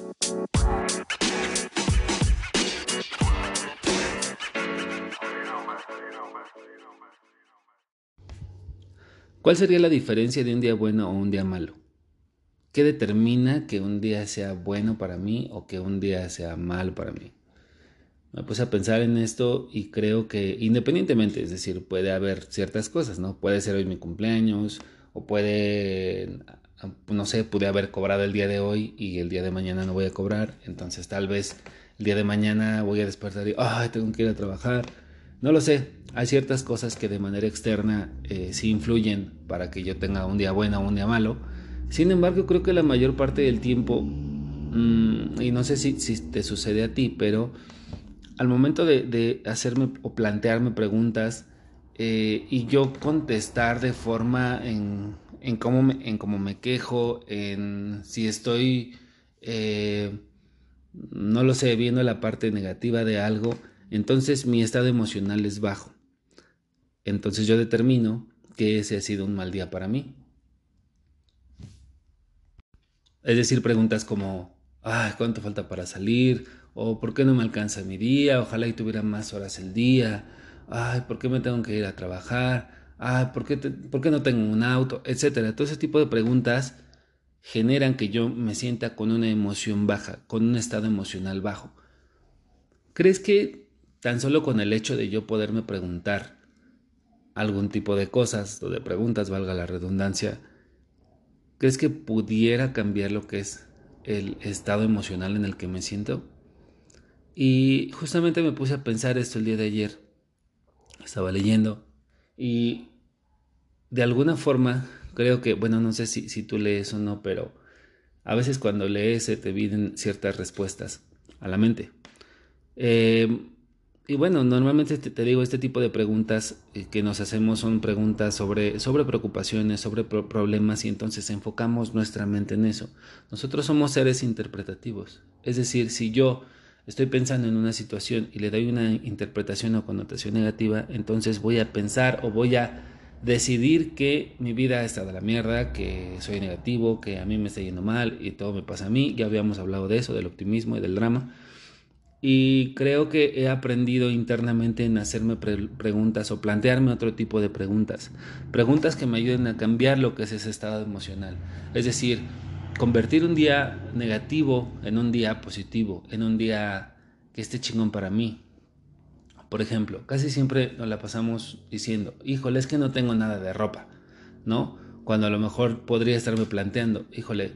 ¿Cuál sería la diferencia de un día bueno o un día malo? ¿Qué determina que un día sea bueno para mí o que un día sea malo para mí? Me puse a pensar en esto y creo que independientemente, es decir, puede haber ciertas cosas, ¿no? Puede ser hoy mi cumpleaños o puede, no sé, pude haber cobrado el día de hoy y el día de mañana no voy a cobrar, entonces tal vez el día de mañana voy a despertar y, ay, tengo que ir a trabajar. No lo sé, hay ciertas cosas que de manera externa sí influyen para que yo tenga un día bueno o un día malo. Sin embargo, creo que la mayor parte del tiempo, y no sé si te sucede a ti, pero al momento de hacerme o plantearme preguntas y yo contestar de forma en cómo me quejo, en si estoy, eh, no lo sé, viendo la parte negativa de algo, entonces mi estado emocional es bajo. Entonces yo determino que ese ha sido un mal día para mí. Es decir, preguntas como, ay, ¿cuánto falta para salir? O ¿por qué no me alcanza mi día? Ojalá y tuviera más horas el día. Ay, ¿por qué me tengo que ir a trabajar? Ay, ¿por qué no tengo un auto? Etcétera. Todo ese tipo de preguntas generan que yo me sienta con una emoción baja, con un estado emocional bajo. ¿Crees que tan solo con el hecho de yo poderme preguntar algún tipo de cosas o de preguntas, valga la redundancia, ¿crees que pudiera cambiar lo que es el estado emocional en el que me siento? Y justamente me puse a pensar esto el día de ayer. Estaba leyendo y de alguna forma creo que, bueno, no sé si tú lees o no, pero a veces cuando lees se te vienen ciertas respuestas a la mente. Eh, y bueno, normalmente te digo, este tipo de preguntas que nos hacemos son preguntas sobre preocupaciones, sobre problemas y entonces enfocamos nuestra mente en eso. Nosotros somos seres interpretativos. Es decir, si yo estoy pensando en una situación y le doy una interpretación o connotación negativa, entonces voy a pensar o voy a decidir que mi vida está de la mierda, que soy negativo, que a mí me está yendo mal y todo me pasa a mí. Ya habíamos hablado de eso, del optimismo y del drama. Y creo que he aprendido internamente en hacerme preguntas o plantearme otro tipo de preguntas. Preguntas que me ayuden a cambiar lo que es ese estado emocional. Es decir, convertir un día negativo en un día positivo, en un día que esté chingón para mí. Por ejemplo, casi siempre nos la pasamos diciendo, híjole, es que no tengo nada de ropa, ¿no? Cuando a lo mejor podría estarme planteando, híjole,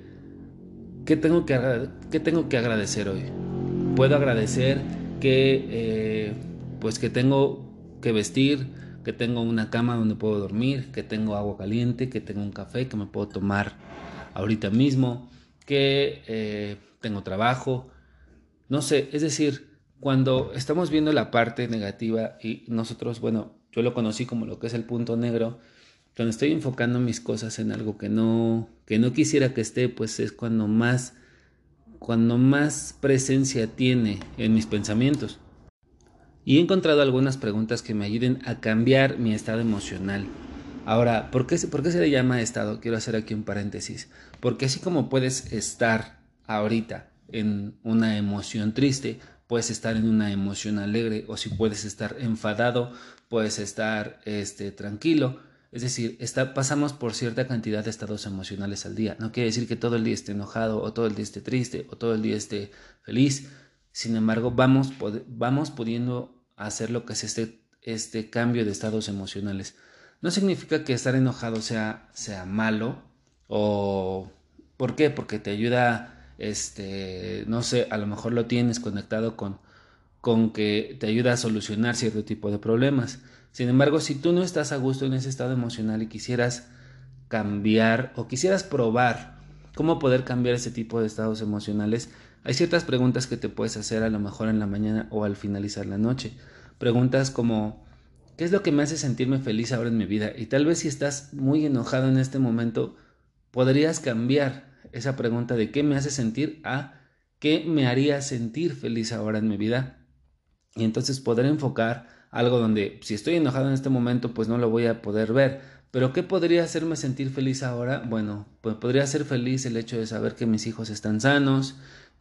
qué tengo que agradecer hoy? Puedo agradecer que pues que tengo que vestir, que tengo una cama donde puedo dormir, que tengo agua caliente, que tengo un café que me puedo tomar ahorita mismo, que tengo trabajo, no sé, es decir, cuando estamos viendo la parte negativa y nosotros, bueno, yo lo conocí como lo que es el punto negro, cuando estoy enfocando mis cosas en algo que no quisiera que esté, pues es cuando más presencia tiene en mis pensamientos. Y he encontrado algunas preguntas que me ayuden a cambiar mi estado emocional. Ahora, ¿por qué se le llama estado? Quiero hacer aquí un paréntesis. Porque así como puedes estar ahorita en una emoción triste, puedes estar en una emoción alegre, o si puedes estar enfadado, puedes estar tranquilo. Es decir, pasamos por cierta cantidad de estados emocionales al día. No quiere decir que todo el día esté enojado, o todo el día esté triste, o todo el día esté feliz. Sin embargo, vamos pudiendo hacer lo que es este cambio de estados emocionales. No significa que estar enojado sea malo o... ¿Por qué? Porque te ayuda, no sé, a lo mejor lo tienes conectado con que te ayuda a solucionar cierto tipo de problemas. Sin embargo, si tú no estás a gusto en ese estado emocional y quisieras cambiar o quisieras probar cómo poder cambiar ese tipo de estados emocionales, hay ciertas preguntas que te puedes hacer a lo mejor en la mañana o al finalizar la noche. Preguntas como, ¿qué es lo que me hace sentirme feliz ahora en mi vida? Y tal vez si estás muy enojado en este momento, podrías cambiar esa pregunta de qué me hace sentir a qué me haría sentir feliz ahora en mi vida. Y entonces poder enfocar algo donde si estoy enojado en este momento, pues no lo voy a poder ver, Pero ¿qué podría hacerme sentir feliz ahora? Bueno, pues podría ser feliz el hecho de saber que mis hijos están sanos,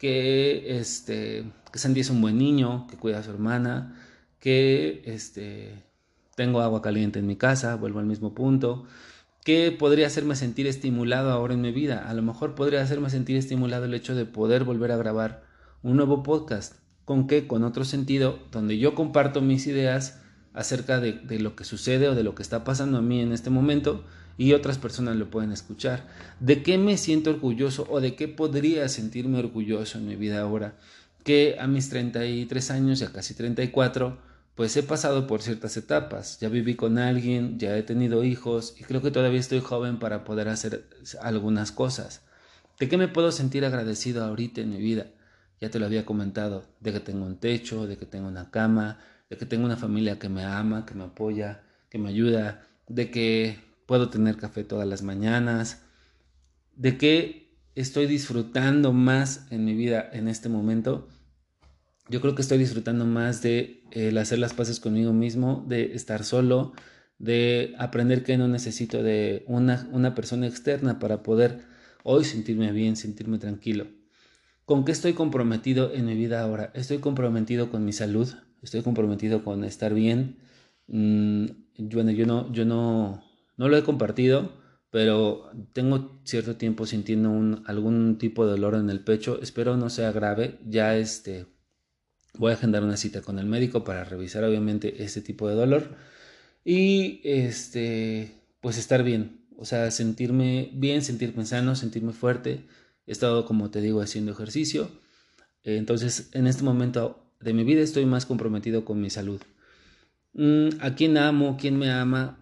que Sandy es un buen niño, que cuida a su hermana, que tengo agua caliente en mi casa, vuelvo al mismo punto. ¿Qué podría hacerme sentir estimulado ahora en mi vida? A lo mejor podría hacerme sentir estimulado el hecho de poder volver a grabar un nuevo podcast. ¿Con qué? Con otro sentido, donde yo comparto mis ideas acerca de lo que sucede o de lo que está pasando a mí en este momento y otras personas lo pueden escuchar. ¿De qué me siento orgulloso o de qué podría sentirme orgulloso en mi vida ahora? Que a mis 33 años, ya casi 34, pues he pasado por ciertas etapas. Ya viví con alguien, ya he tenido hijos y creo que todavía estoy joven para poder hacer algunas cosas. ¿De qué me puedo sentir agradecido ahorita en mi vida? Ya te lo había comentado, de que tengo un techo, de que tengo una cama, de que tengo una familia que me ama, que me apoya, que me ayuda, de que puedo tener café todas las mañanas, de que estoy disfrutando más en mi vida en este momento. Yo creo que estoy disfrutando más de el hacer las paces conmigo mismo, de estar solo, de aprender que no necesito de una persona externa para poder hoy sentirme bien, sentirme tranquilo. ¿Con qué estoy comprometido en mi vida ahora? Estoy comprometido con mi salud, estoy comprometido con estar bien. Bueno, yo no lo he compartido, pero tengo cierto tiempo sintiendo algún tipo de dolor en el pecho. Espero no sea grave. Ya voy a agendar una cita con el médico para revisar obviamente este tipo de dolor y pues estar bien, o sea, sentirme bien, sentirme sano, sentirme fuerte. He estado, como te digo, haciendo ejercicio. Entonces, en este momento de mi vida estoy más comprometido con mi salud. ¿A quién amo? ¿Quién me ama?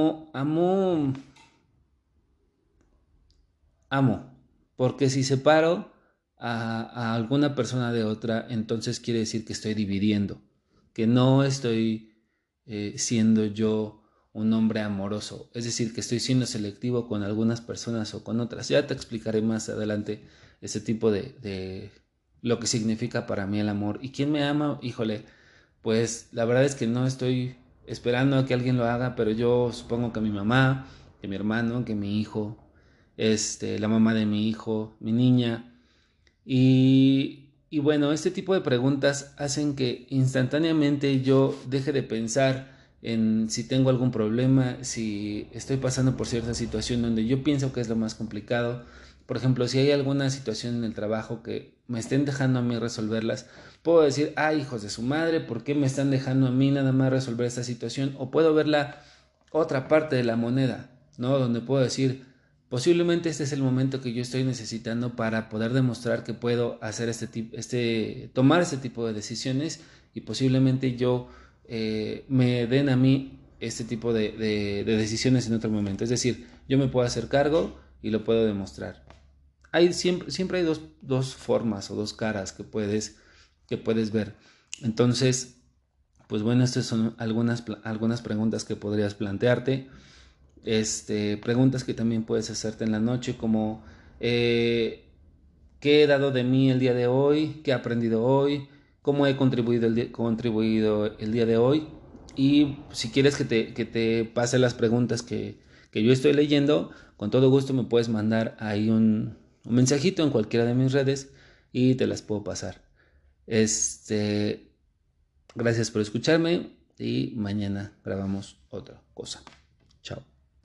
Amo, porque si separo a alguna persona de otra, entonces quiere decir que estoy dividiendo, que no estoy siendo yo un hombre amoroso, es decir, que estoy siendo selectivo con algunas personas o con otras. Ya te explicaré más adelante ese tipo de lo que significa para mí el amor. ¿Y quién me ama? Híjole, pues la verdad es que no estoy esperando a que alguien lo haga, pero yo supongo que mi mamá, que mi hermano, que mi hijo, la mamá de mi hijo, mi niña. Y bueno, este tipo de preguntas hacen que instantáneamente yo deje de pensar en si tengo algún problema, si estoy pasando por cierta situación donde yo pienso que es lo más complicado. Por ejemplo, si hay alguna situación en el trabajo que me estén dejando a mí resolverlas, puedo decir, ay, hijos de su madre, ¿por qué me están dejando a mí nada más resolver esta situación? O puedo ver la otra parte de la moneda, ¿no? Donde puedo decir, posiblemente este es el momento que yo estoy necesitando para poder demostrar que puedo hacer tomar este tipo de decisiones y posiblemente yo me den a mí este tipo de decisiones en otro momento. Es decir, yo me puedo hacer cargo y lo puedo demostrar. Siempre hay dos formas o dos caras que puedes ver. Entonces, pues bueno, estas son algunas preguntas que podrías plantearte. Preguntas que también puedes hacerte en la noche, como ¿qué he dado de mí el día de hoy? ¿Qué he aprendido hoy? ¿Cómo he contribuido el día de hoy? Y si quieres que te pase las preguntas que yo estoy leyendo, con todo gusto me puedes mandar ahí un mensajito en cualquiera de mis redes y te las puedo pasar. Gracias por escucharme y mañana grabamos otra cosa. Chao.